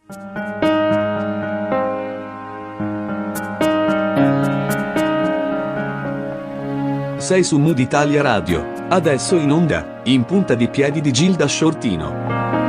Sei su Mood Italia Radio. Adesso in onda, In punta di piedi di Gilda Shortino.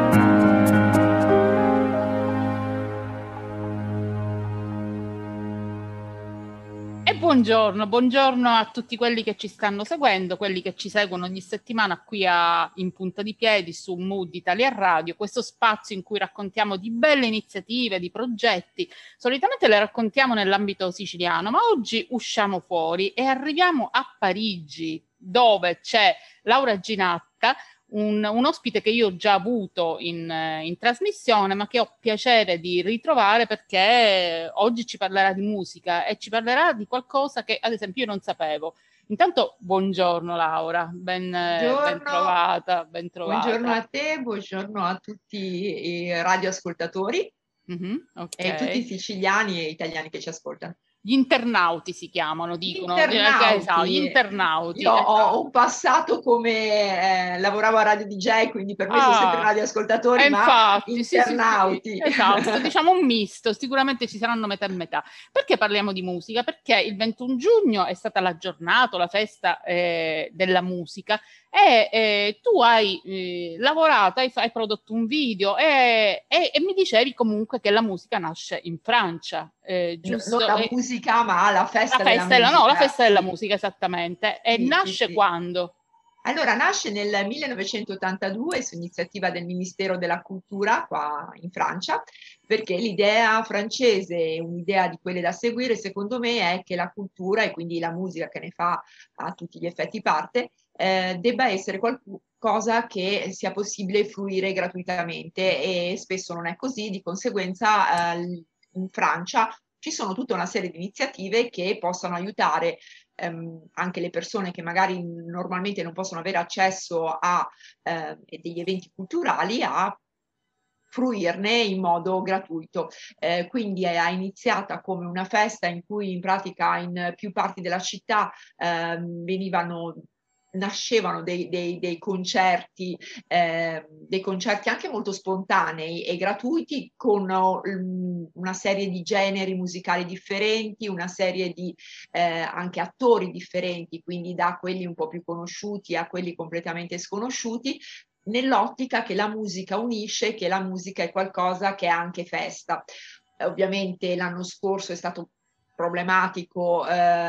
Buongiorno a tutti quelli che ci stanno seguendo, quelli che ci seguono ogni settimana qui In Punta di Piedi su Mood Italia Radio, questo spazio in cui raccontiamo di belle iniziative, di progetti. Solitamente le raccontiamo nell'ambito siciliano, ma oggi usciamo fuori e arriviamo a Parigi, dove c'è Laura Ginatta, un ospite che io ho già avuto in trasmissione, ma che ho piacere di ritrovare perché oggi ci parlerà di musica e ci parlerà di qualcosa che ad esempio io non sapevo. Intanto buongiorno Laura, ben trovata. Buongiorno a te, buongiorno a tutti i radioascoltatori okay. E tutti i siciliani e italiani che ci ascoltano. Gli internauti si chiamano, dicono. Internauti. Gli internauti. Io ho un passato come lavoravo a Radio DJ, quindi per me sono sempre radioascoltatori, ma infatti, internauti. Sì. Esatto, diciamo un misto, sicuramente ci saranno metà e metà. Perché parliamo di musica? Perché il 21 giugno è stata la giornata, la festa della musica e tu hai lavorato, hai prodotto un video e mi dicevi comunque che la musica nasce in Francia, giusto? Non la musica, ma la festa della musica. No, la festa della musica, esattamente. E nasce quando? Allora, nasce nel 1982 su iniziativa del Ministero della Cultura qua in Francia, perché l'idea francese, un'idea di quelle da seguire, secondo me, è che la cultura e quindi la musica che ne fa a tutti gli effetti parte, debba essere qualcosa che sia possibile fruire gratuitamente e spesso non è così, di conseguenza in Francia ci sono tutta una serie di iniziative che possano aiutare anche le persone che magari normalmente non possono avere accesso a degli eventi culturali a fruirne in modo gratuito. Quindi è iniziata come una festa in cui in pratica in più parti della città nascevano dei concerti anche molto spontanei e gratuiti con una serie di generi musicali differenti, una serie di anche attori differenti, quindi da quelli un po' più conosciuti a quelli completamente sconosciuti, nell'ottica che la musica unisce, che la musica è qualcosa che è anche festa. Ovviamente l'anno scorso è stato problematico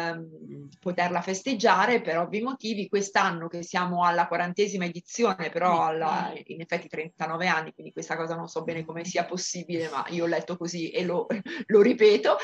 poterla festeggiare per ovvi motivi. Quest'anno che siamo alla 40ª edizione, però in effetti 39 anni, quindi questa cosa non so bene come sia possibile, ma io ho letto così e lo ripeto,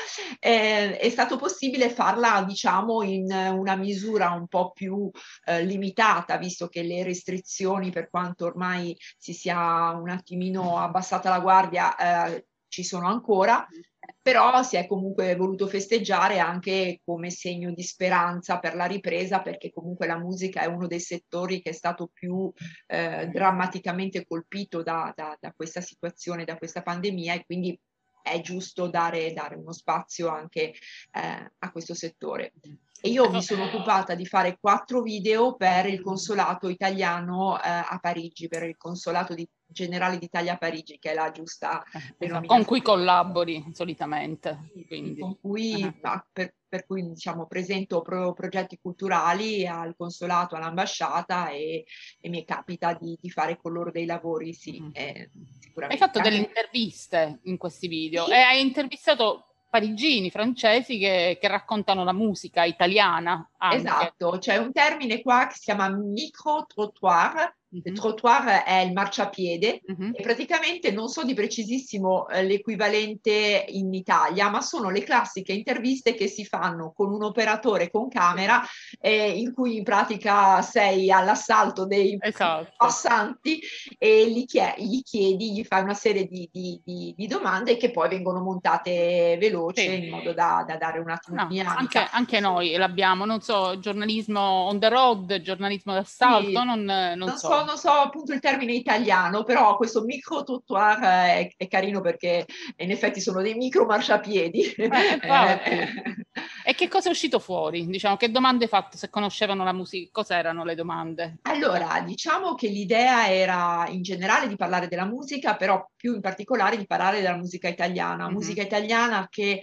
è stato possibile farla diciamo in una misura un po' più limitata, visto che le restrizioni, per quanto ormai si sia un attimino abbassata la guardia, ci sono ancora, però si è comunque voluto festeggiare anche come segno di speranza per la ripresa, perché comunque la musica è uno dei settori che è stato più drammaticamente colpito da questa situazione, da questa pandemia, e quindi è giusto dare uno spazio anche a questo settore. E io mi sono occupata di fare 4 video per il consolato italiano a Parigi, per il consolato generale d'Italia a Parigi, che è la giusta denominazione. Con cui collabori solitamente. Quindi. Con cui, per cui diciamo, presento progetti culturali al consolato, all'ambasciata e mi capita di fare con loro dei lavori, sì. Sicuramente. Hai fatto delle interviste in questi video e hai intervistato parigini, francesi che raccontano la musica italiana anche. Esatto, c'è un termine qua che si chiama micro-trottoir. Il trottoir è il marciapiede e praticamente non so di precisissimo l'equivalente in Italia, ma sono le classiche interviste che si fanno con un operatore con camera in cui in pratica sei all'assalto dei passanti e gli chiedi, gli fai una serie di domande che poi vengono montate veloce in modo da dare un attimo di dinamica. Anche noi l'abbiamo, non so, giornalismo on the road, giornalismo d'assalto, sì, non so appunto il termine italiano, però questo micro-trottoir è carino perché in effetti sono dei micro marciapiedi. E che cosa è uscito fuori? Diciamo, che domande hai fatto, se conoscevano la musica, cos'erano le domande? Allora, diciamo che l'idea era in generale di parlare della musica, però più in particolare di parlare della musica italiana che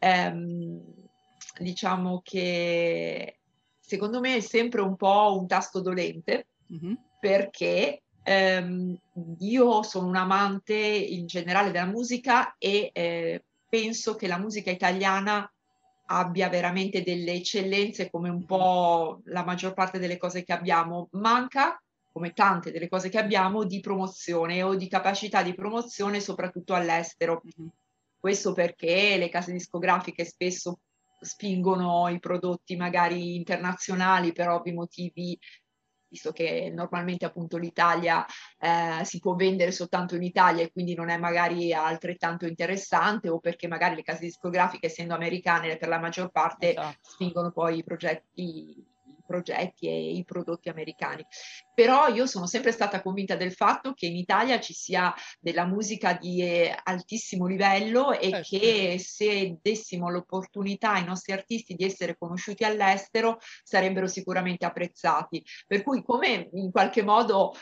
diciamo che secondo me è sempre un po' un tasto dolente, perché io sono un amante in generale della musica e penso che la musica italiana abbia veramente delle eccellenze come un po' la maggior parte delle cose che abbiamo. Manca, come tante delle cose che abbiamo, di promozione o di capacità di promozione, soprattutto all'estero. Questo perché le case discografiche spesso spingono i prodotti magari internazionali per ovvi motivi, visto che normalmente appunto l'Italia si può vendere soltanto in Italia e quindi non è magari altrettanto interessante, o perché magari le case discografiche, essendo americane per la maggior parte, spingono poi i progetti e i prodotti americani. Però io sono sempre stata convinta del fatto che in Italia ci sia della musica di altissimo livello e che se dessimo l'opportunità ai nostri artisti di essere conosciuti all'estero sarebbero sicuramente apprezzati. Per cui, come in qualche modo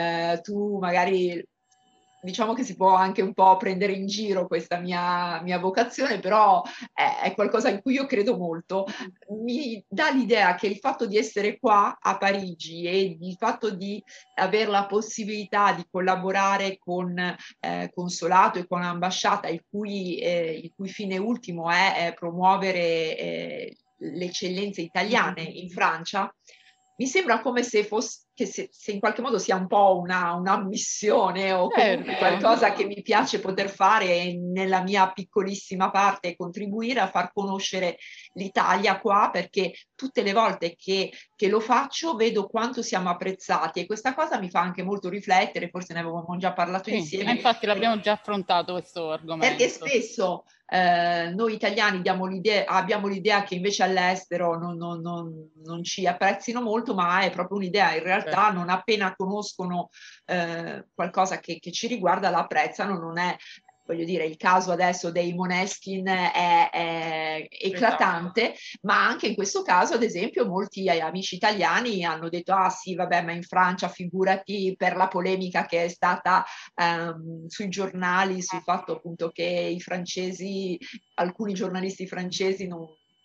tu magari, diciamo che si può anche un po' prendere in giro questa mia vocazione, però è qualcosa in cui io credo molto. Mi dà l'idea che il fatto di essere qua a Parigi e il fatto di avere la possibilità di collaborare con consolato e con ambasciata, il cui fine ultimo è promuovere le eccellenze italiane in Francia, mi sembra come se fosse, che se in qualche modo sia un po' una missione o comunque qualcosa che mi piace poter fare nella mia piccolissima parte e contribuire a far conoscere l'Italia qua, perché tutte le volte che lo faccio vedo quanto siamo apprezzati e questa cosa mi fa anche molto riflettere, forse ne avevamo già parlato insieme. Infatti l'abbiamo già affrontato questo argomento. Perché spesso noi italiani abbiamo l'idea che invece all'estero non ci apprezzino molto, ma è proprio un'idea. In realtà non appena conoscono qualcosa che ci riguarda, la apprezzano. Non è, voglio dire, il caso adesso dei Måneskin è eclatante, ma anche in questo caso, ad esempio, molti amici italiani hanno detto: ah sì, vabbè, ma in Francia figurati, per la polemica che è stata sui giornali, sul fatto appunto che i francesi, alcuni giornalisti francesi non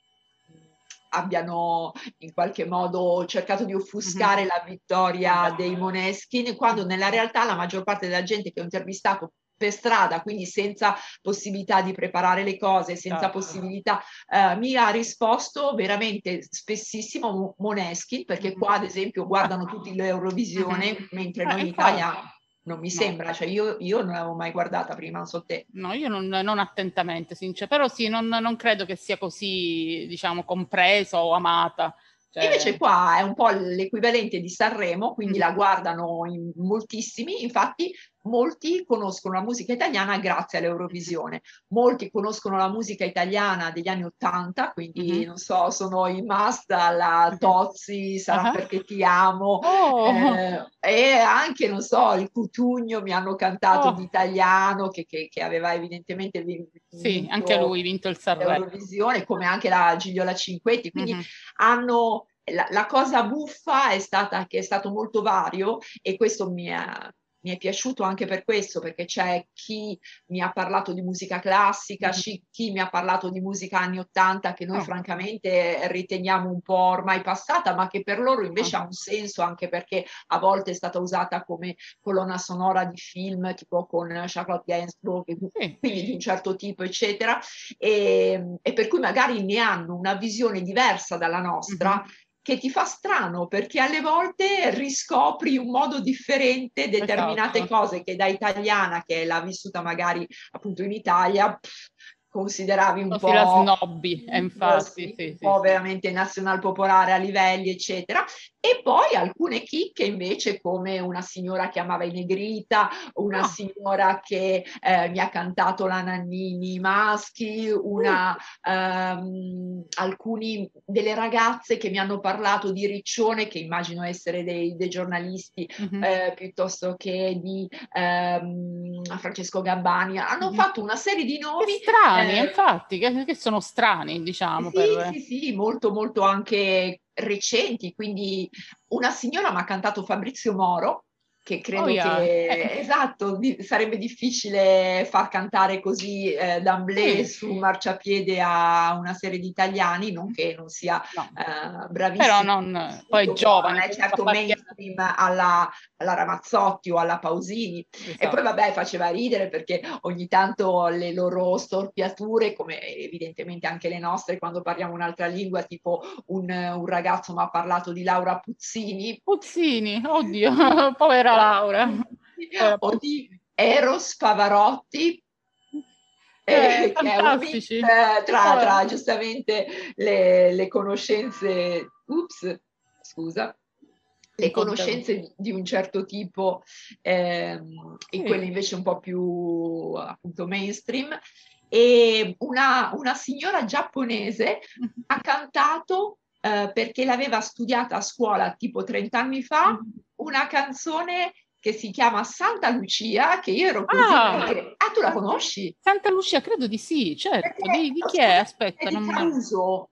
abbiano in qualche modo cercato di offuscare la vittoria dei Måneskin, quando nella realtà la maggior parte della gente che ho intervistato per strada, quindi senza possibilità di preparare le cose, senza possibilità, mi ha risposto veramente spessissimo Måneskin, perché qua ad esempio guardano tutti l'Eurovisione, mentre noi in Italia non mi sembra, cioè io non l'avevo mai guardata prima, non so te. No, io non attentamente, però sì, non credo che sia così, diciamo, compresa o amata. Invece qua è un po' l'equivalente di Sanremo, quindi la guardano in moltissimi, infatti molti conoscono la musica italiana grazie all'Eurovisione, molti conoscono la musica italiana degli anni '80, quindi non so, sono i must alla Tozzi, Sarà perché ti amo, e anche, non so, il Cutugno mi hanno cantato di italiano, che aveva evidentemente sì, anche lui vinto il Sanremo, l'Eurovisione, come anche la Gigliola Cinquetti, quindi hanno la cosa buffa è stata che è stato molto vario, e questo mi è piaciuto anche per questo, perché c'è chi mi ha parlato di musica classica, chi mi ha parlato di musica anni '80 che noi francamente riteniamo un po' ormai passata, ma che per loro invece ha un senso, anche perché a volte è stata usata come colonna sonora di film, tipo con Charlotte Gainsbourg, quindi di un certo tipo, eccetera, e per cui magari ne hanno una visione diversa dalla nostra, che ti fa strano, perché alle volte riscopri un modo differente determinate cose che da italiana, che l'ha vissuta magari appunto in Italia, consideravi un po' la snobby, infatti, un po' veramente nazional popolare a livelli, eccetera. E poi alcune chicche invece, come una signora che amava i Negrita, una signora che mi ha cantato la Nannini maschi, alcuni delle ragazze che mi hanno parlato di Riccione, che immagino essere dei giornalisti, piuttosto che di Francesco Gabbani. Hanno fatto una serie di nomi strani, infatti, che sono strani, diciamo. Sì, molto, molto anche recenti, quindi una signora mi ha cantato Fabrizio Moro, che credo che, esatto, sarebbe difficile far cantare così d'emblée su marciapiede a una serie di italiani, non che non sia bravissimo, però poi è giovane, non è certo mainstream alla Ramazzotti o alla Pausini. Esatto. E poi vabbè, faceva ridere perché ogni tanto le loro storpiature, come evidentemente anche le nostre quando parliamo un'altra lingua, tipo un ragazzo mi ha parlato di Laura Puzzini, oddio, povera Laura. o di Eros Pavarotti, che è un mix tra giustamente le conoscenze, le conoscenze di un certo tipo e quelle invece un po' più appunto mainstream. E una signora giapponese ha cantato, perché l'aveva studiata a scuola tipo 30 anni fa, una canzone che si chiama Santa Lucia, che io ero così perché... Ah, tu la conosci? Santa Lucia, credo di sì, certo. Di chi è? Aspetta, di Caruso.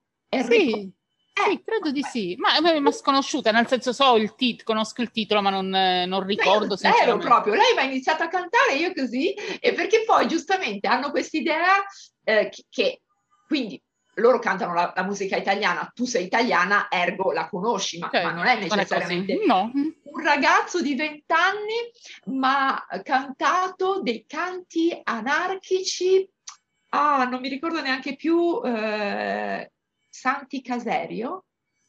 Sì, credo di sì, ma sconosciuta, nel senso conosco il titolo, ma non ricordo sinceramente. Proprio, lei mi ha iniziato a cantare, io così, e perché poi giustamente hanno quest'idea che quindi loro cantano la musica italiana, tu sei italiana, ergo la conosci, ma non è necessariamente... No. Un ragazzo di 20 anni mi ha cantato dei canti anarchici, non mi ricordo neanche più, Santi Caserio.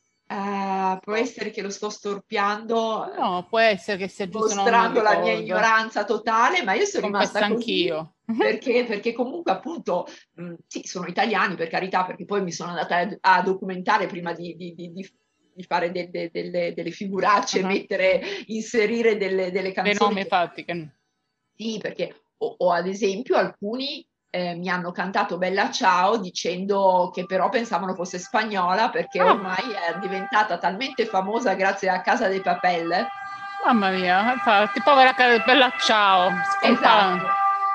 Può essere che lo sto storpiando, no, può essere che sia giusto, mostrando la mia ignoranza totale, ma io sono rimasta così anch'io. perché comunque appunto sì, sono italiani, per carità, perché poi mi sono andata a documentare prima di fare delle figuracce, inserire delle canzoni. Dei nomi fatti. Sì, perché o ad esempio alcuni mi hanno cantato Bella Ciao dicendo che però pensavano fosse spagnola, perché ormai è diventata talmente famosa grazie a Casa de Papel. Mamma mia, infatti, povera Bella Ciao. Esatto.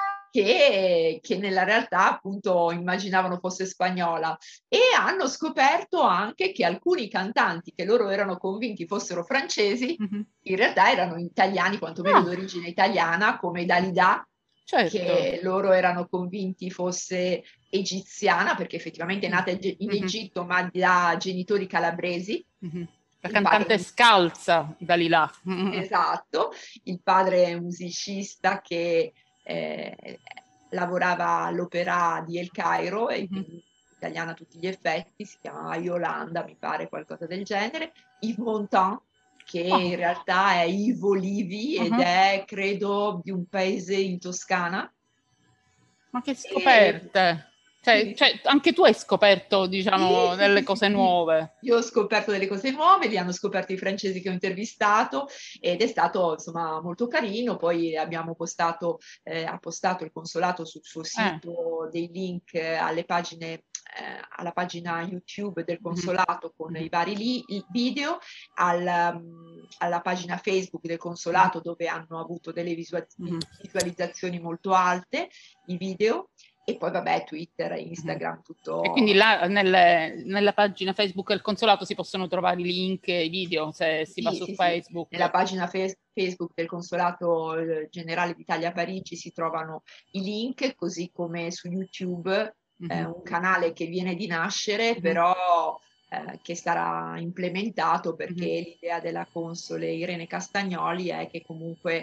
Che nella realtà appunto immaginavano fosse spagnola, e hanno scoperto anche che alcuni cantanti che loro erano convinti fossero francesi, in realtà erano italiani, quantomeno d'origine italiana, come Dalida, che loro erano convinti fosse egiziana, perché effettivamente è nata in Egitto, ma da genitori calabresi. La cantante scalza Dalila. Esatto, il padre è un musicista che lavorava all'Opéra di El Cairo, e quindi italiana a tutti gli effetti, si chiamava Yolanda, mi pare, qualcosa del genere. Yves Montand, che in realtà è Yves Olivi ed è, credo, di un paese in Toscana. Ma che scoperte! Cioè, anche tu hai scoperto, diciamo, delle cose nuove. Io ho scoperto delle cose nuove, li hanno scoperto i francesi che ho intervistato, ed è stato insomma molto carino. Poi abbiamo ha postato il consolato sul suo sito dei link alle pagine, alla pagina YouTube del consolato con i vari video, alla pagina Facebook del consolato, dove hanno avuto delle visualizzazioni molto alte, i video. E poi vabbè, Twitter, Instagram, tutto. E quindi là nella pagina Facebook del consolato si possono trovare i link, i video, se si va su Facebook. Nella pagina Facebook del Consolato Generale d'Italia a Parigi si trovano i link, così come su YouTube, un canale che viene di nascere, però che sarà implementato, perché l'idea della console Irene Castagnoli è che comunque...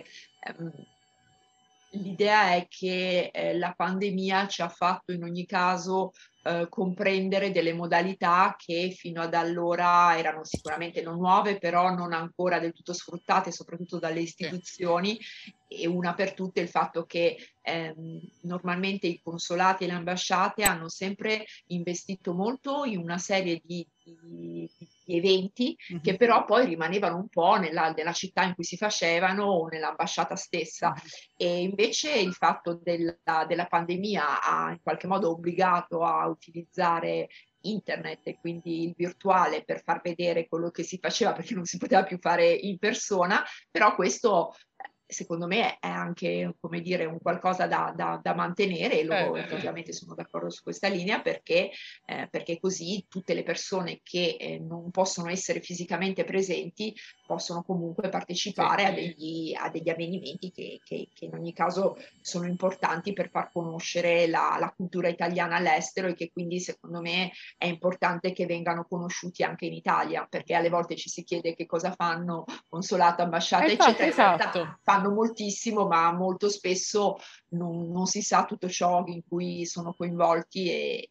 l'idea è che la pandemia ci ha fatto in ogni caso comprendere delle modalità che fino ad allora erano sicuramente non nuove, però non ancora del tutto sfruttate, soprattutto dalle istituzioni. E una per tutte il fatto che normalmente i consolati e le ambasciate hanno sempre investito molto in una serie di eventi che però poi rimanevano un po' nella città in cui si facevano o nell'ambasciata stessa. E invece il fatto della pandemia ha in qualche modo obbligato a utilizzare internet e quindi il virtuale per far vedere quello che si faceva, perché non si poteva più fare in persona, però questo secondo me è anche, come dire, un qualcosa da mantenere, e loro Certo. effettivamente sono d'accordo su questa linea, perché così tutte le persone che non possono essere fisicamente presenti possono comunque partecipare a degli avvenimenti che in ogni caso sono importanti per far conoscere la cultura italiana all'estero, e che quindi secondo me è importante che vengano conosciuti anche in Italia, perché alle volte ci si chiede che cosa fanno consolato, ambasciata, Infatti, eccetera. In esatto. realtà fanno moltissimo, ma molto spesso non si sa tutto ciò in cui sono coinvolti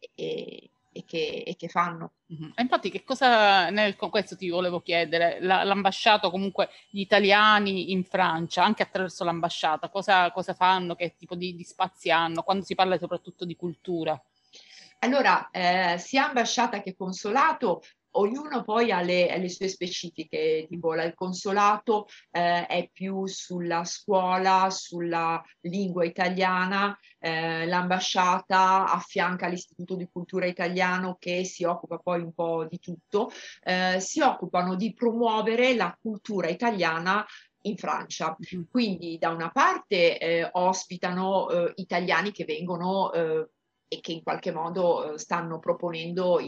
e che fanno. E infatti, che cosa, con questo ti volevo chiedere, l'ambasciata, comunque gli italiani in Francia, anche attraverso l'ambasciata, cosa fanno, che tipo di spazi hanno, quando si parla soprattutto di cultura? Allora, sia ambasciata che consolato, ognuno poi ha le sue specifiche, tipo il consolato è più sulla scuola, sulla lingua italiana, l'ambasciata affianca l'Istituto di Cultura Italiano, che si occupa poi un po' di tutto, si occupano di promuovere la cultura italiana in Francia. Quindi da una parte ospitano italiani che vengono e che in qualche modo stanno proponendo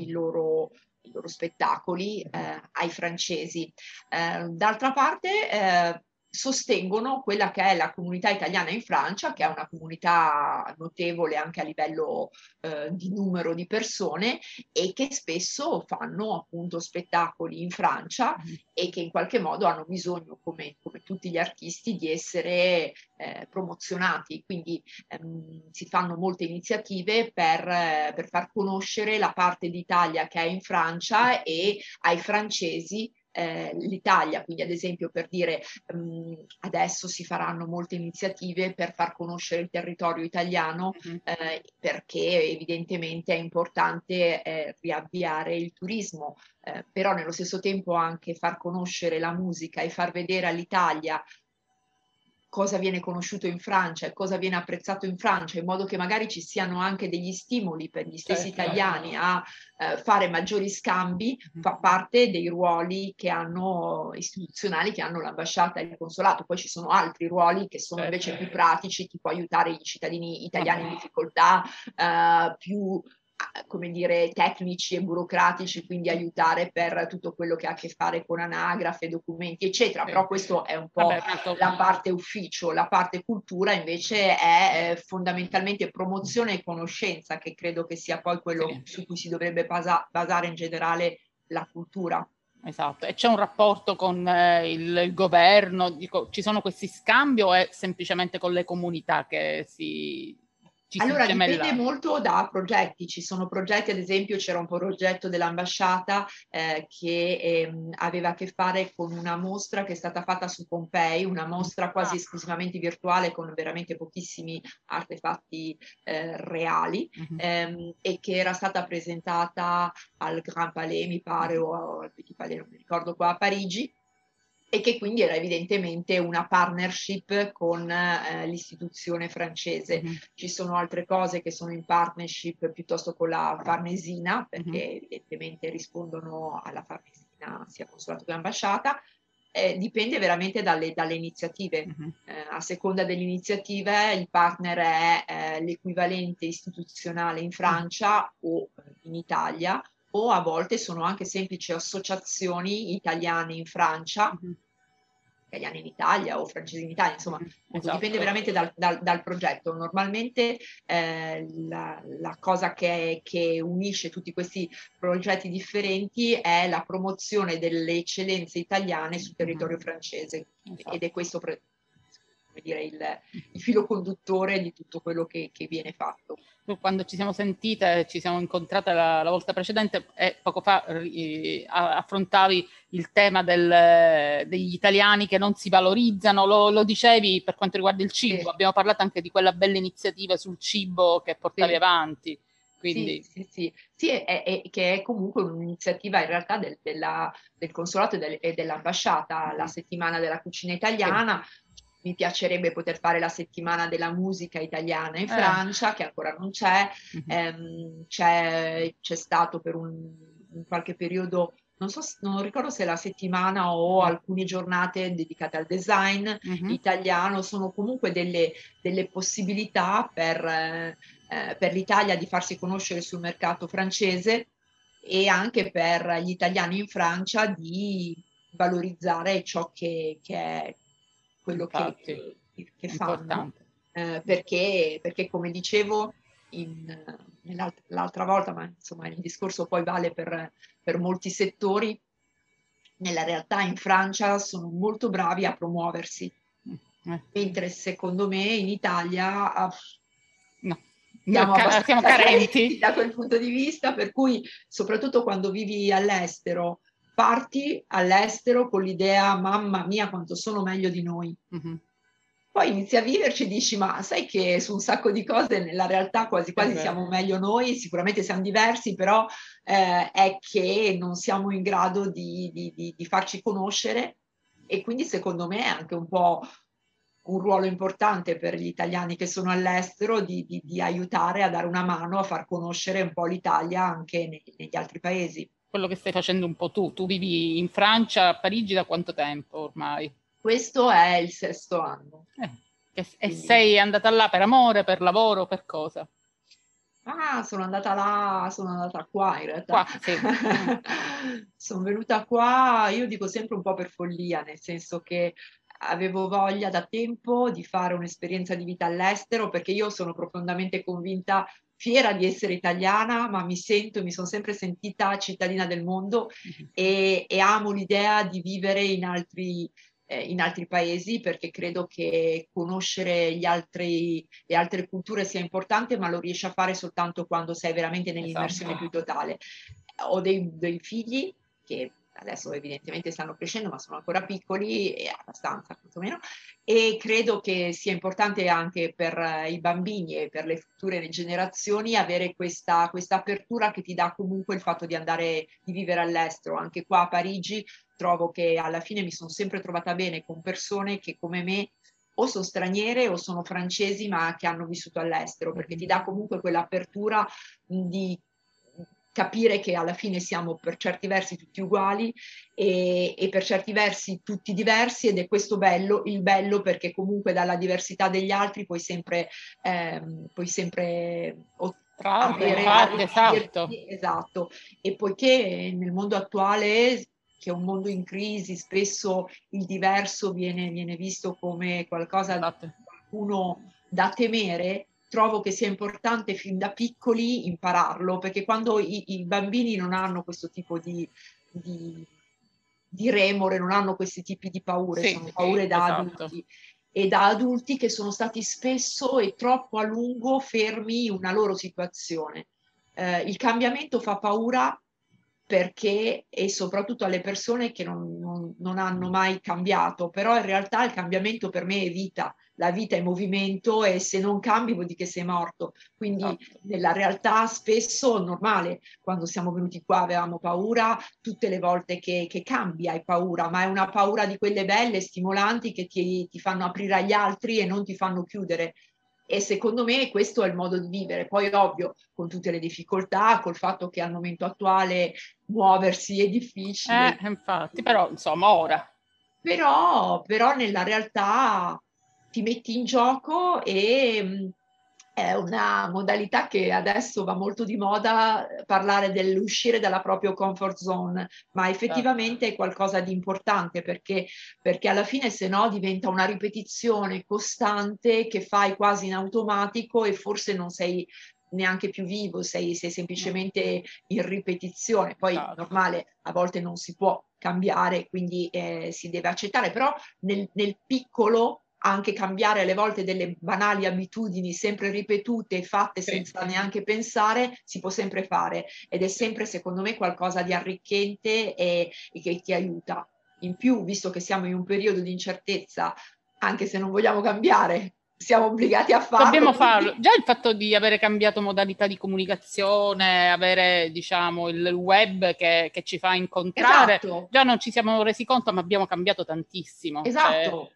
i loro spettacoli ai francesi. D'altra parte sostengono quella che è la comunità italiana in Francia, che è una comunità notevole anche a livello di numero di persone, e che spesso fanno appunto spettacoli in Francia, e che in qualche modo hanno bisogno, come tutti gli artisti, di essere promozionati. Quindi si fanno molte iniziative per far conoscere la parte d'Italia che è in Francia, e ai francesi l'Italia. Quindi ad esempio, per dire, adesso si faranno molte iniziative per far conoscere il territorio italiano, perché evidentemente è importante riavviare il turismo, però nello stesso tempo anche far conoscere la musica e far vedere all'Italia cosa viene conosciuto in Francia e cosa viene apprezzato in Francia, in modo che magari ci siano anche degli stimoli per gli stessi italiani a fare maggiori scambi, fa parte dei ruoli che hanno istituzionali, che hanno l'ambasciata e il consolato. Poi ci sono altri ruoli che sono invece più pratici, tipo aiutare i cittadini italiani in difficoltà, più come dire, tecnici e burocratici, quindi aiutare per tutto quello che ha a che fare con anagrafe, documenti, eccetera. Però questo è un po' la parte ufficio. La parte cultura invece è fondamentalmente promozione e conoscenza, che credo che sia poi quello su cui si dovrebbe basare in generale la cultura. Esatto, e c'è un rapporto con il governo? Dico, ci sono questi scambi, o è semplicemente con le comunità che ci Allora, si dipende gemella? molto da progetti. Ci sono progetti, ad esempio c'era un progetto dell'ambasciata che aveva a che fare con una mostra che è stata fatta su Pompei, una mostra quasi esclusivamente virtuale, con veramente pochissimi artefatti reali, e che era stata presentata al Grand Palais, mi pare, o al Petit Palais, non mi ricordo, qua a Parigi, e che quindi era evidentemente una partnership con l'istituzione francese. Ci sono altre cose che sono in partnership piuttosto con la Farnesina, perché evidentemente rispondono alla Farnesina sia consolato che ambasciata. Dipende veramente dalle iniziative. A seconda delle iniziative il partner è l'equivalente istituzionale in Francia o in Italia, o a volte sono anche semplici associazioni italiane in Francia, italiani in Italia o francesi in Italia, insomma, dipende veramente dal progetto. Normalmente la cosa che unisce tutti questi progetti differenti è la promozione delle eccellenze italiane sul territorio francese, ed è questo come dire, il filo conduttore di tutto quello che viene fatto. Quando ci siamo sentite, ci siamo incontrate la volta precedente, e poco fa affrontavi il tema degli italiani che non si valorizzano, lo dicevi per quanto riguarda il cibo. Sì. Abbiamo parlato anche di quella bella iniziativa sul cibo che portavi avanti. Quindi... Sì, che è comunque un'iniziativa in realtà del consolato e dell'ambasciata, la settimana della cucina italiana. Mi piacerebbe poter fare la settimana della musica italiana in Francia, che ancora non c'è. C'è stato per un qualche periodo non ricordo se è la settimana o alcune giornate dedicate al design italiano, sono comunque delle possibilità per l'Italia di farsi conoscere sul mercato francese e anche per gli italiani in Francia di valorizzare ciò che è quello che fanno, perché come dicevo l'altra volta, ma insomma il discorso poi vale per molti settori, nella realtà in Francia sono molto bravi a promuoversi, mentre secondo me in Italia siamo abbastanza carenti da quel punto di vista, per cui soprattutto quando vivi all'estero, parti all'estero con l'idea mamma mia quanto sono meglio di noi. Poi inizi a viverci e dici ma sai che su un sacco di cose nella realtà quasi quasi siamo meglio noi, sicuramente siamo diversi, però è che non siamo in grado di farci conoscere, e quindi secondo me è anche un po' un ruolo importante per gli italiani che sono all'estero di aiutare a dare una mano a far conoscere un po' l'Italia anche negli altri paesi. Quello che stai facendo un po' tu vivi in Francia, a Parigi da quanto tempo ormai? Questo è il 6º anno. E sei andata là per amore, per lavoro, per cosa? Sono andata qua in realtà. Sì. Sono venuta qua, io dico sempre un po' per follia, nel senso che avevo voglia da tempo di fare un'esperienza di vita all'estero, perché io sono profondamente convinta, fiera di essere italiana, ma mi sono sempre sentita cittadina del mondo e amo l'idea di vivere in altri paesi, perché credo che conoscere le altre culture sia importante, ma lo riesci a fare soltanto quando sei veramente nell'immersione più totale. Ho dei figli che adesso evidentemente stanno crescendo, ma sono ancora piccoli, e abbastanza quantomeno, e credo che sia importante anche per i bambini e per le future generazioni avere questa apertura che ti dà comunque il fatto di vivere all'estero. Anche qua a Parigi trovo che alla fine mi sono sempre trovata bene con persone che come me o sono straniere o sono francesi ma che hanno vissuto all'estero, perché ti dà comunque quell'apertura di capire che alla fine siamo per certi versi tutti uguali e per certi versi tutti diversi, ed è questo il bello, perché comunque dalla diversità degli altri puoi sempre avere esatto. E poiché nel mondo attuale, che è un mondo in crisi, spesso il diverso viene visto come qualcosa di qualcuno da temere, trovo che sia importante fin da piccoli impararlo, perché quando i bambini non hanno questo tipo di remore, non hanno questi tipi di paure, sono paure da adulti, e da adulti che sono stati spesso e troppo a lungo fermi in una loro situazione. Il cambiamento fa paura, perché, e soprattutto alle persone che non hanno mai cambiato, però in realtà il cambiamento per me è vita, la vita è movimento, e se non cambi vuol dire che sei morto. Quindi nella realtà spesso è normale, quando siamo venuti qua avevamo paura, tutte le volte che cambi hai paura, ma è una paura di quelle belle, stimolanti, che ti fanno aprire agli altri e non ti fanno chiudere. E secondo me questo è il modo di vivere. Poi ovvio, con tutte le difficoltà, col fatto che al momento attuale muoversi è difficile. Infatti, però insomma ora. Però nella realtà ti metti in gioco, e è una modalità che adesso va molto di moda, parlare dell'uscire dalla propria comfort zone, ma effettivamente è qualcosa di importante, perché alla fine se no diventa una ripetizione costante che fai quasi in automatico, e forse non sei neanche più vivo, sei semplicemente in ripetizione. Poi normale, a volte non si può cambiare, quindi si deve accettare, però nel piccolo anche cambiare alle volte delle banali abitudini sempre ripetute e fatte senza neanche pensare, si può sempre fare, ed è sempre secondo me qualcosa di arricchente e che ti aiuta. In più, visto che siamo in un periodo di incertezza, anche se non vogliamo cambiare, siamo obbligati a farlo. Dobbiamo farlo. Già il fatto di avere cambiato modalità di comunicazione, avere diciamo il web che ci fa incontrare, già non ci siamo resi conto, ma abbiamo cambiato tantissimo. Esatto.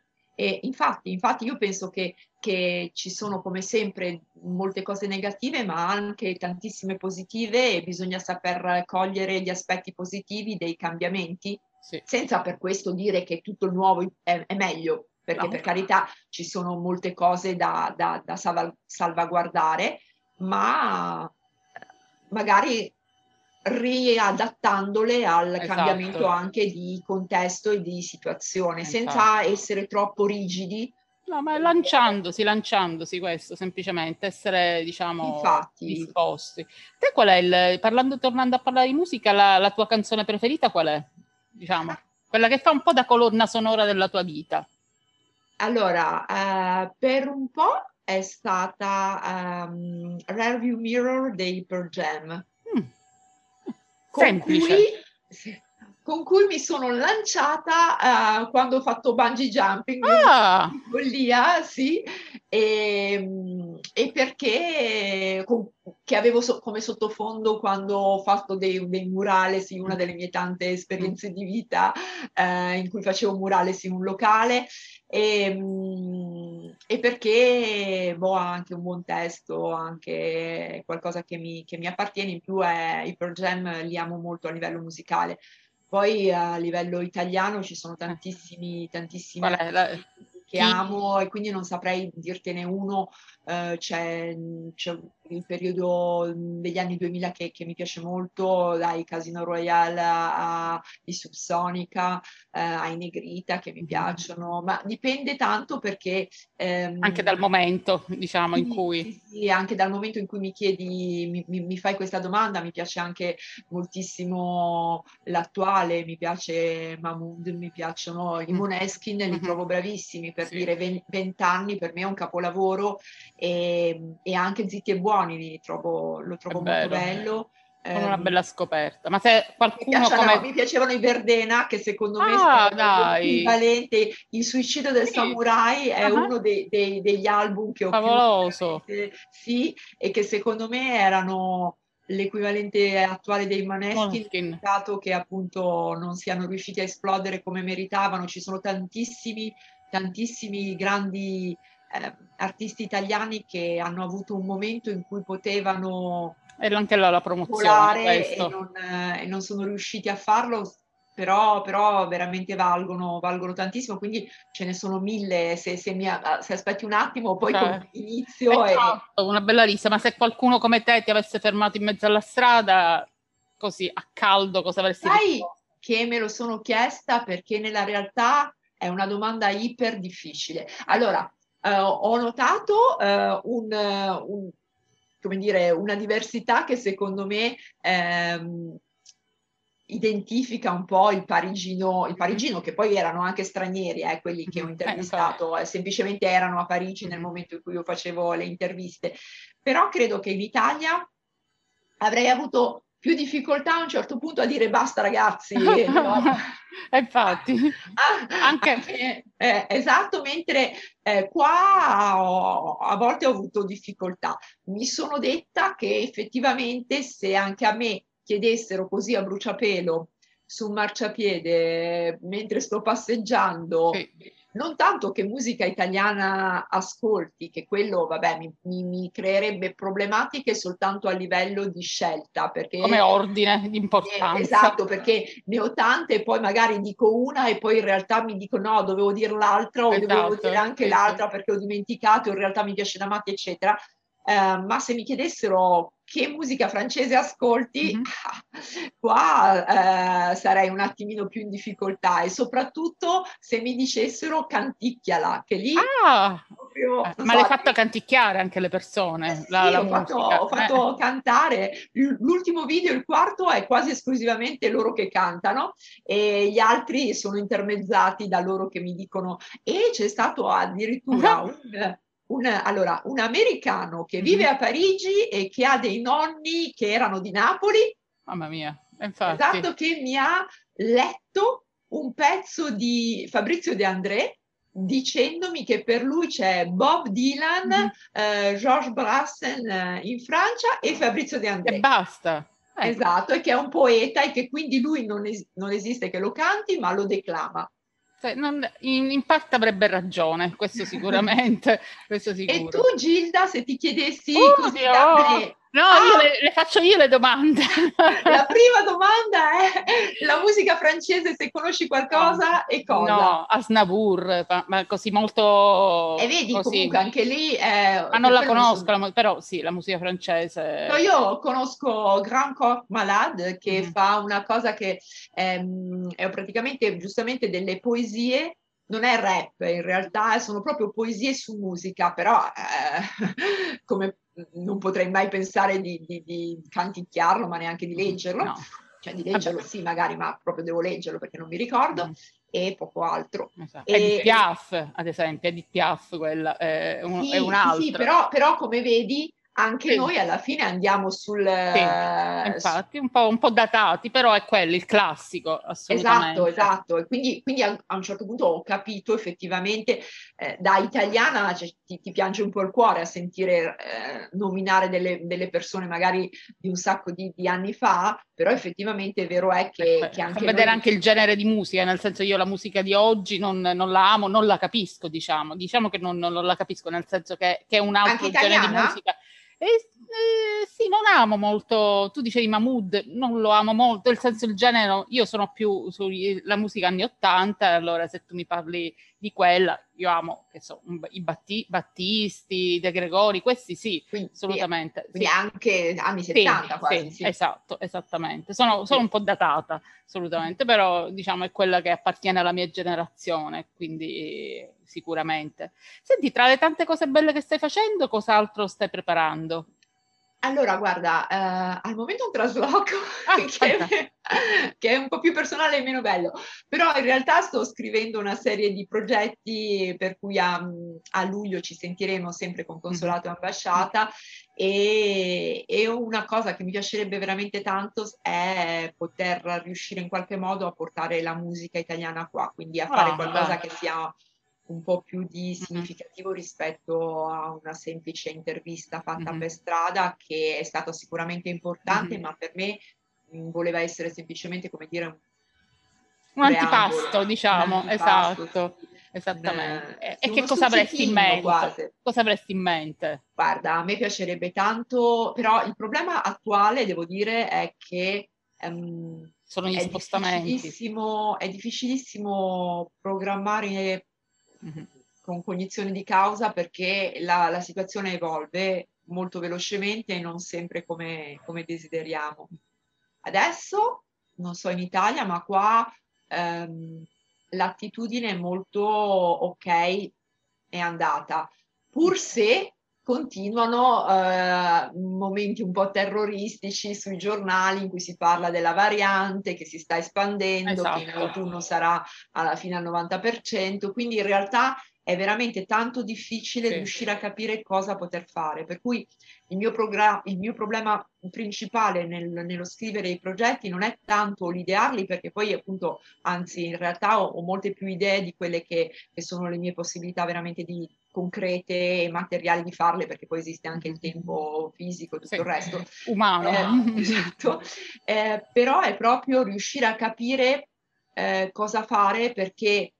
E infatti io penso che ci sono come sempre molte cose negative, ma anche tantissime positive e bisogna saper cogliere gli aspetti positivi dei cambiamenti, Sì. senza per questo dire che tutto il nuovo è meglio, perché No. per carità ci sono molte cose da salvaguardare, ma magari riadattandole al cambiamento Esatto. anche di contesto e di situazione, Infatti. senza essere troppo rigidi. No, ma lanciandosi questo, semplicemente, essere, diciamo, Infatti, disposti. Te qual è tornando a parlare di musica, la tua canzone preferita qual è? Diciamo, quella che fa un po' da colonna sonora della tua vita. allora, per un po' è stata Rearview Mirror dei Pearl Jam, Semplice. con cui mi sono lanciata quando ho fatto bungee jumping Ah! in follia, sì, e perché che avevo come sottofondo quando ho fatto dei murales in una delle mie tante esperienze di vita in cui facevo murales in un locale e perché ha anche un buon testo, anche qualcosa che mi appartiene, in più i Pearl Jam li amo molto a livello musicale. Poi a livello italiano ci sono tantissimi Qual è artisti che chi? amo e quindi non saprei dirtene uno. C'è il periodo degli anni 2000 che mi piace molto, dai Casino Royale ai Subsonica, ai Negrita che mi piacciono, ma dipende tanto perché Anche dal momento, diciamo, in cui... sì, anche dal momento in cui mi chiedi, mi fai questa domanda, mi piace anche moltissimo l'attuale, mi piace Mahmood, mi piacciono i Måneskin, li trovo bravissimi, per dire 20 anni per me è un capolavoro e anche Zitti e Buoni lo trovo molto bello. Con una bella scoperta. Ma se qualcuno Mi piacevano i Verdena, che secondo me Ah, è dai! l'equivalente, Il suicidio del Sì. samurai è uno degli album che ho più Favoloso. sì, e che secondo me erano l'equivalente attuale dei Måneskin, peccato che appunto non siano riusciti a esplodere come meritavano. Ci sono tantissimi grandi artisti italiani che hanno avuto un momento in cui potevano E anche la promozione, questo. e non sono riusciti a farlo, però veramente valgono tantissimo, quindi ce ne sono mille, se aspetti un attimo poi inizio Esatto, una bella lista, ma se qualcuno come te ti avesse fermato in mezzo alla strada, così a caldo, cosa avresti Sai risposto? che me lo sono chiesta perché nella realtà è una domanda iper difficile. Allora, ho notato come dire, una diversità che secondo me identifica un po' il parigino, che poi erano anche stranieri, quelli che ho intervistato, semplicemente erano a Parigi nel momento in cui io facevo le interviste. Però credo che in Italia avrei avuto più difficoltà a un certo punto a dire basta ragazzi. No. Infatti, Anche esatto, mentre qua a volte ho avuto difficoltà. Mi sono detta che effettivamente se anche a me chiedessero così a bruciapelo su un marciapiede mentre sto passeggiando, non tanto che musica italiana ascolti, che quello vabbè mi creerebbe problematiche soltanto a livello di scelta, perché come ordine di importanza. esatto, perché ne ho tante e poi magari dico una e poi in realtà mi dico no, dovevo dire l'altra o dovevo dire anche l'altra perché ho dimenticato, in realtà mi piace da matti eccetera. Ma se mi chiedessero che musica francese ascolti, qua sarei un attimino più in difficoltà e soprattutto se mi dicessero canticchiala, che lì proprio, ma l'hai fatto canticchiare anche le persone? Sì, ho fatto cantare. L'ultimo video, il quarto, è quasi esclusivamente loro che cantano e gli altri sono intermezzati da loro che mi dicono e c'è stato addirittura un americano che vive a Parigi e che ha dei nonni che erano di Napoli. Mamma mia, infatti. Esatto, che mi ha letto un pezzo di Fabrizio De André dicendomi che per lui c'è Bob Dylan, Georges Brassens in Francia e Fabrizio De André. E basta. Esatto, e che è un poeta e che quindi lui non esiste che lo canti, ma lo declama. In parte avrebbe ragione, questo sicuramente, questo E tu, sicuro. Gilda, se ti chiedessi così da me... No, io le faccio io le domande. La prima domanda è la musica francese, se conosci qualcosa e cosa? No, Aznavour, ma così molto E vedi, così. comunque anche lì, Ma non per la quello mi conosco, sono... però sì, la musica francese. Io conosco Grand Corps Malade che Mhm. fa una cosa che è praticamente giustamente delle poesie, non è rap in realtà, sono proprio poesie su musica, però come non potrei mai pensare di canticchiarlo, ma neanche di leggerlo, No, cioè di vabbè. leggerlo sì magari, ma proprio devo leggerlo perché non mi ricordo, Mhm. e poco altro. Esatto. Edith E, Piaf, ad esempio, Edith Piaf, quella è sì, sì, sì, un'altra. però come vedi anche Sì, noi alla fine andiamo sul... sì, infatti, un po' datati, però è quello, il classico, Esatto, assolutamente. esatto. E quindi a un certo punto ho capito effettivamente, da italiana cioè, ti piange un po' il cuore a sentire nominare delle persone magari di un sacco di anni fa, però effettivamente è vero è che Fa anche vedere noi... anche il genere di musica, nel senso io la musica di oggi non la amo, non la capisco, diciamo che non la capisco, nel senso che è un Anche altro genere di italiana? musica. Sì, non amo molto, tu dicevi Mahmood, non lo amo molto, nel senso il genere, io sono più sulla musica anni 80, allora se tu mi parli di quella, io amo, che so, Battisti, De Gregori, questi sì, Quindi, sì, assolutamente, quindi sì. anche anni Sì, 70 quasi, sì, sì. esatto, esattamente. Sono Sì. un po' datata, assolutamente, però diciamo è quella che appartiene alla mia generazione, quindi sicuramente. Senti, tra le tante cose belle che stai facendo, cos'altro stai preparando? Allora, guarda, al momento un trasloco Ah, fantastico. che è un po' più personale e meno bello, però in realtà sto scrivendo una serie di progetti per cui a luglio ci sentiremo sempre con Mhm. Consolato e Ambasciata e una cosa che mi piacerebbe veramente tanto è poter riuscire in qualche modo a portare la musica italiana qua, quindi a fare Ah, qualcosa dai. che sia un po' più di Mhm, significativo rispetto a una semplice intervista fatta mhm, per strada, che è stata sicuramente importante, mhm. ma per me voleva essere semplicemente, come dire, un Un preambolo, antipasto, un diciamo, antipasto, esatto, sì, esattamente. E sì, che uno cosa avresti in stuzzichino mente? quasi. Cosa avresti in mente? Guarda, a me piacerebbe tanto, però il problema attuale, devo dire, è che Sono gli spostamenti. è difficilissimo programmare Mhm. con cognizione di causa perché la situazione evolve molto velocemente e non sempre come desideriamo. Adesso, non so in Italia, ma qua l'attitudine è molto ok, è andata, pur se continuano momenti un po' terroristici sui giornali in cui si parla della variante che si sta espandendo, che in Esatto. autunno sarà alla fine al 90%, quindi in realtà è veramente tanto difficile Sì. riuscire a capire cosa poter fare. Per cui il mio problema principale nello scrivere i progetti non è tanto l'idearli, perché poi appunto, anzi in realtà ho molte più idee di quelle che sono le mie possibilità veramente di concrete e materiali di farle, perché poi esiste anche il tempo fisico e tutto il Sì, resto. umano. Esatto. Però è proprio riuscire a capire cosa fare perché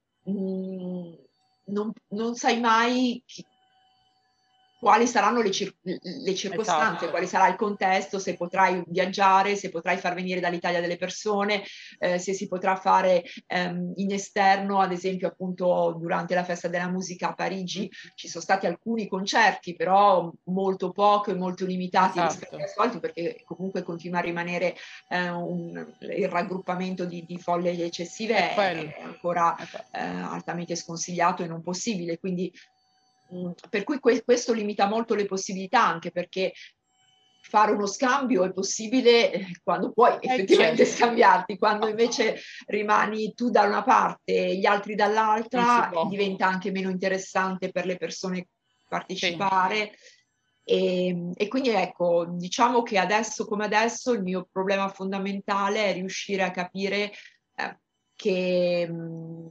non sai mai quali saranno le circostanze, Esatto. quali sarà il contesto, se potrai viaggiare, se potrai far venire dall'Italia delle persone, se si potrà fare in esterno, ad esempio appunto durante la festa della musica a Parigi ci sono stati alcuni concerti, però molto poco e molto limitati rispetto Esatto. ai soliti, perché comunque continua a rimanere il raggruppamento di folle eccessive È quello. è ancora Esatto. altamente sconsigliato e non possibile. Quindi per cui questo limita molto le possibilità, anche perché fare uno scambio è possibile quando puoi effettivamente Certo, scambiarti, quando no, invece rimani tu da una parte e gli altri non si dall'altra, può. diventa anche meno interessante per le persone Sì. partecipare. E quindi ecco, diciamo che adesso come adesso il mio problema fondamentale è riuscire a capire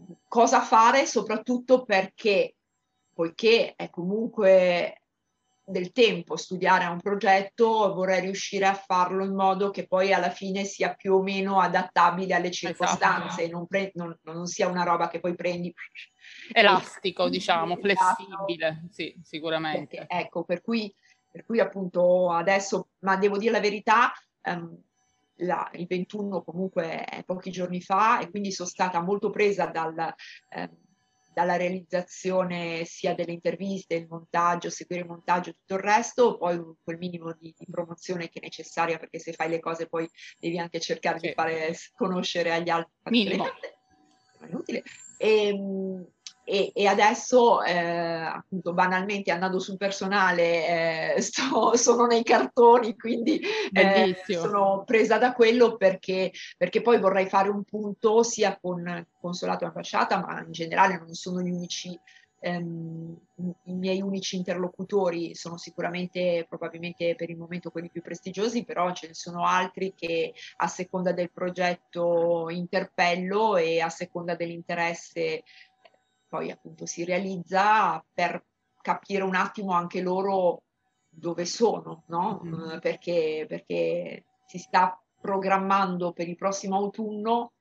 cosa fare, soprattutto perché, poiché è comunque del tempo studiare a un progetto, vorrei riuscire a farlo in modo che poi alla fine sia più o meno adattabile alle circostanze, non sia una roba che poi prendi elastico, diciamo, esatto. flessibile, sì, sicuramente. Perché, ecco, per cui appunto adesso, ma devo dire la verità, il 21 comunque è pochi giorni fa, e quindi sono stata molto presa dalla realizzazione sia delle interviste, il montaggio, seguire il montaggio e tutto il resto, poi quel minimo di promozione che è necessaria, perché se fai le cose poi devi anche cercare di fare conoscere agli altri. Minimo. È inutile. E adesso, appunto, banalmente andando sul personale, sono nei cartoni, quindi sono presa da quello perché poi vorrei fare un punto sia con Consolato e Ambasciata, ma in generale non sono gli unici. I miei unici interlocutori sono sicuramente, probabilmente per il momento, quelli più prestigiosi, però ce ne sono altri che a seconda del progetto interpello e a seconda dell'interesse poi appunto si realizza, per capire un attimo anche loro dove sono, no? Perché si sta programmando per il prossimo autunno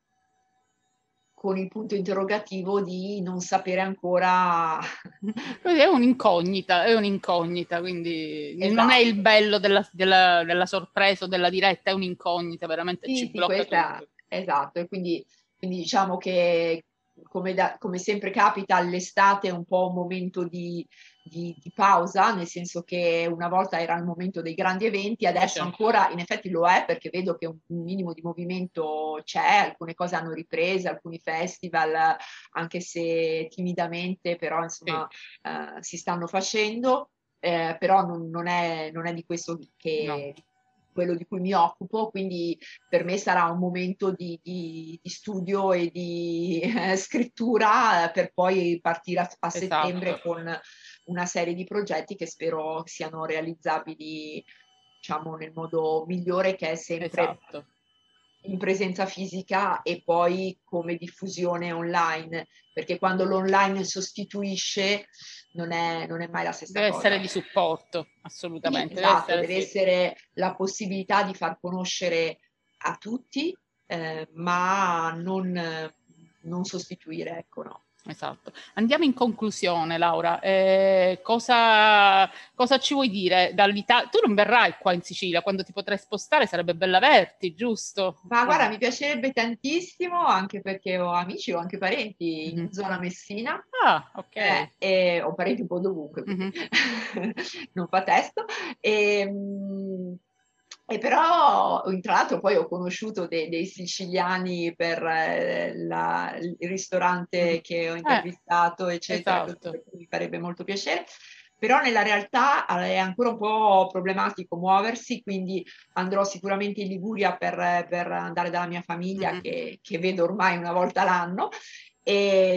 con il punto interrogativo di non sapere ancora. È un'incognita, quindi non è il Esatto. bello della sorpresa o della diretta, è un'incognita, veramente ci blocca tutto. Esatto, e quindi diciamo che come sempre capita, all'estate è un po' un momento di pausa, nel senso che una volta era il momento dei grandi eventi, adesso ancora in effetti lo è, perché vedo che un minimo di movimento c'è, alcune cose hanno ripreso, alcuni festival, anche se timidamente, però insomma si stanno facendo, però non è di questo che quello di cui mi occupo, quindi per me sarà un momento di studio e di scrittura, per poi partire a settembre con una serie di progetti che spero siano realizzabili, diciamo, nel modo migliore, che è sempre in presenza fisica e poi come diffusione online, perché quando l'online sostituisce non è mai la stessa cosa. Deve essere di supporto, assolutamente. Sì, esatto, deve essere la possibilità di far conoscere a tutti, ma non sostituire, ecco, no. Esatto. Andiamo in conclusione, Laura. Cosa ci vuoi dire dall'Italia? Tu non verrai qua in Sicilia, quando ti potrai spostare sarebbe bello averti, giusto? Ma guarda, mi piacerebbe tantissimo, anche perché ho amici, ho anche parenti in zona Messina. Ah, ok. E ho parenti un po' dovunque, quindi non fa testo. E però, tra l'altro, poi ho conosciuto dei siciliani per il ristorante che ho intervistato, eccetera, esatto. per cui mi farebbe molto piacere. Però nella realtà è ancora un po' problematico muoversi, quindi andrò sicuramente in Liguria per andare dalla mia famiglia, che vedo ormai una volta l'anno, e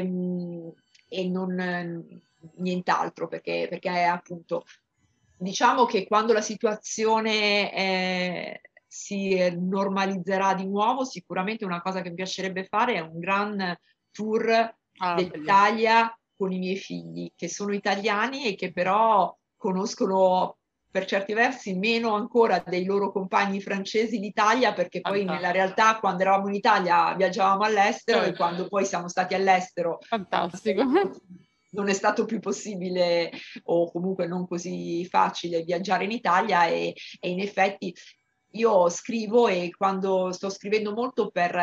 non nient'altro, perché appunto diciamo che quando la situazione si normalizzerà di nuovo, sicuramente una cosa che mi piacerebbe fare è un gran tour dell'Italia con i miei figli, che sono italiani e che però conoscono per certi versi meno ancora dei loro compagni francesi l'Italia, perché poi nella realtà quando eravamo in Italia viaggiavamo all'estero, e quando poi siamo stati all'estero non è stato più possibile, o comunque non così facile, viaggiare in Italia, e in effetti io scrivo, e quando sto scrivendo molto per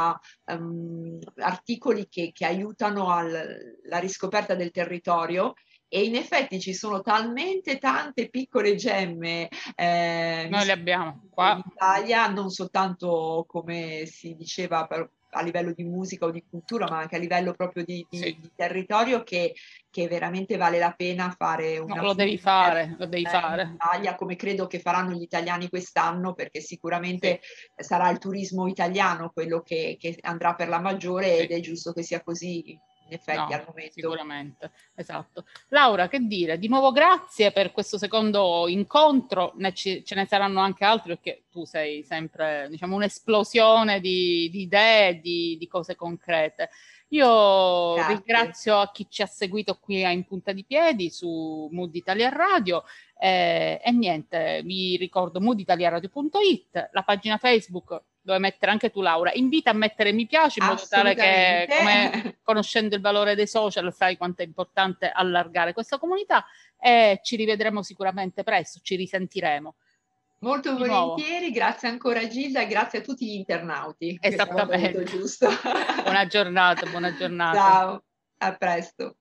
articoli che aiutano alla riscoperta del territorio, e in effetti ci sono talmente tante piccole gemme noi le abbiamo qua in Italia, non soltanto come si diceva a livello di musica o di cultura, ma anche a livello proprio di territorio, che veramente vale la pena fare una lo devi fare in Italia, come credo che faranno gli italiani quest'anno, perché sicuramente sarà il turismo italiano quello che andrà per la maggiore, ed è giusto che sia così. in effetti No, al momento. sicuramente, esatto. Laura, che dire? Di nuovo grazie per questo secondo incontro, ce ne saranno anche altri perché tu sei sempre, diciamo, un'esplosione di idee, di cose concrete. Io Grazie. ringrazio a chi ci ha seguito qui a In Punta di Piedi su Mood Italia Radio e niente, vi ricordo mooditaliaradio.it, la pagina Facebook dove mettere anche tu, Laura, invita a mettere mi piace in modo tale che, come conoscendo il valore dei social, sai quanto è importante allargare questa comunità, e ci rivedremo sicuramente presto, ci risentiremo. Molto volentieri, grazie ancora Gilda e grazie a tutti gli internauti. Esattamente. Giusto. Buona giornata, buona giornata. Ciao, a presto.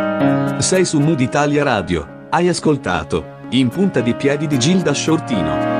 Sei su Mood Italia Radio, hai ascoltato In Punta di Piedi di Gilda Shortino.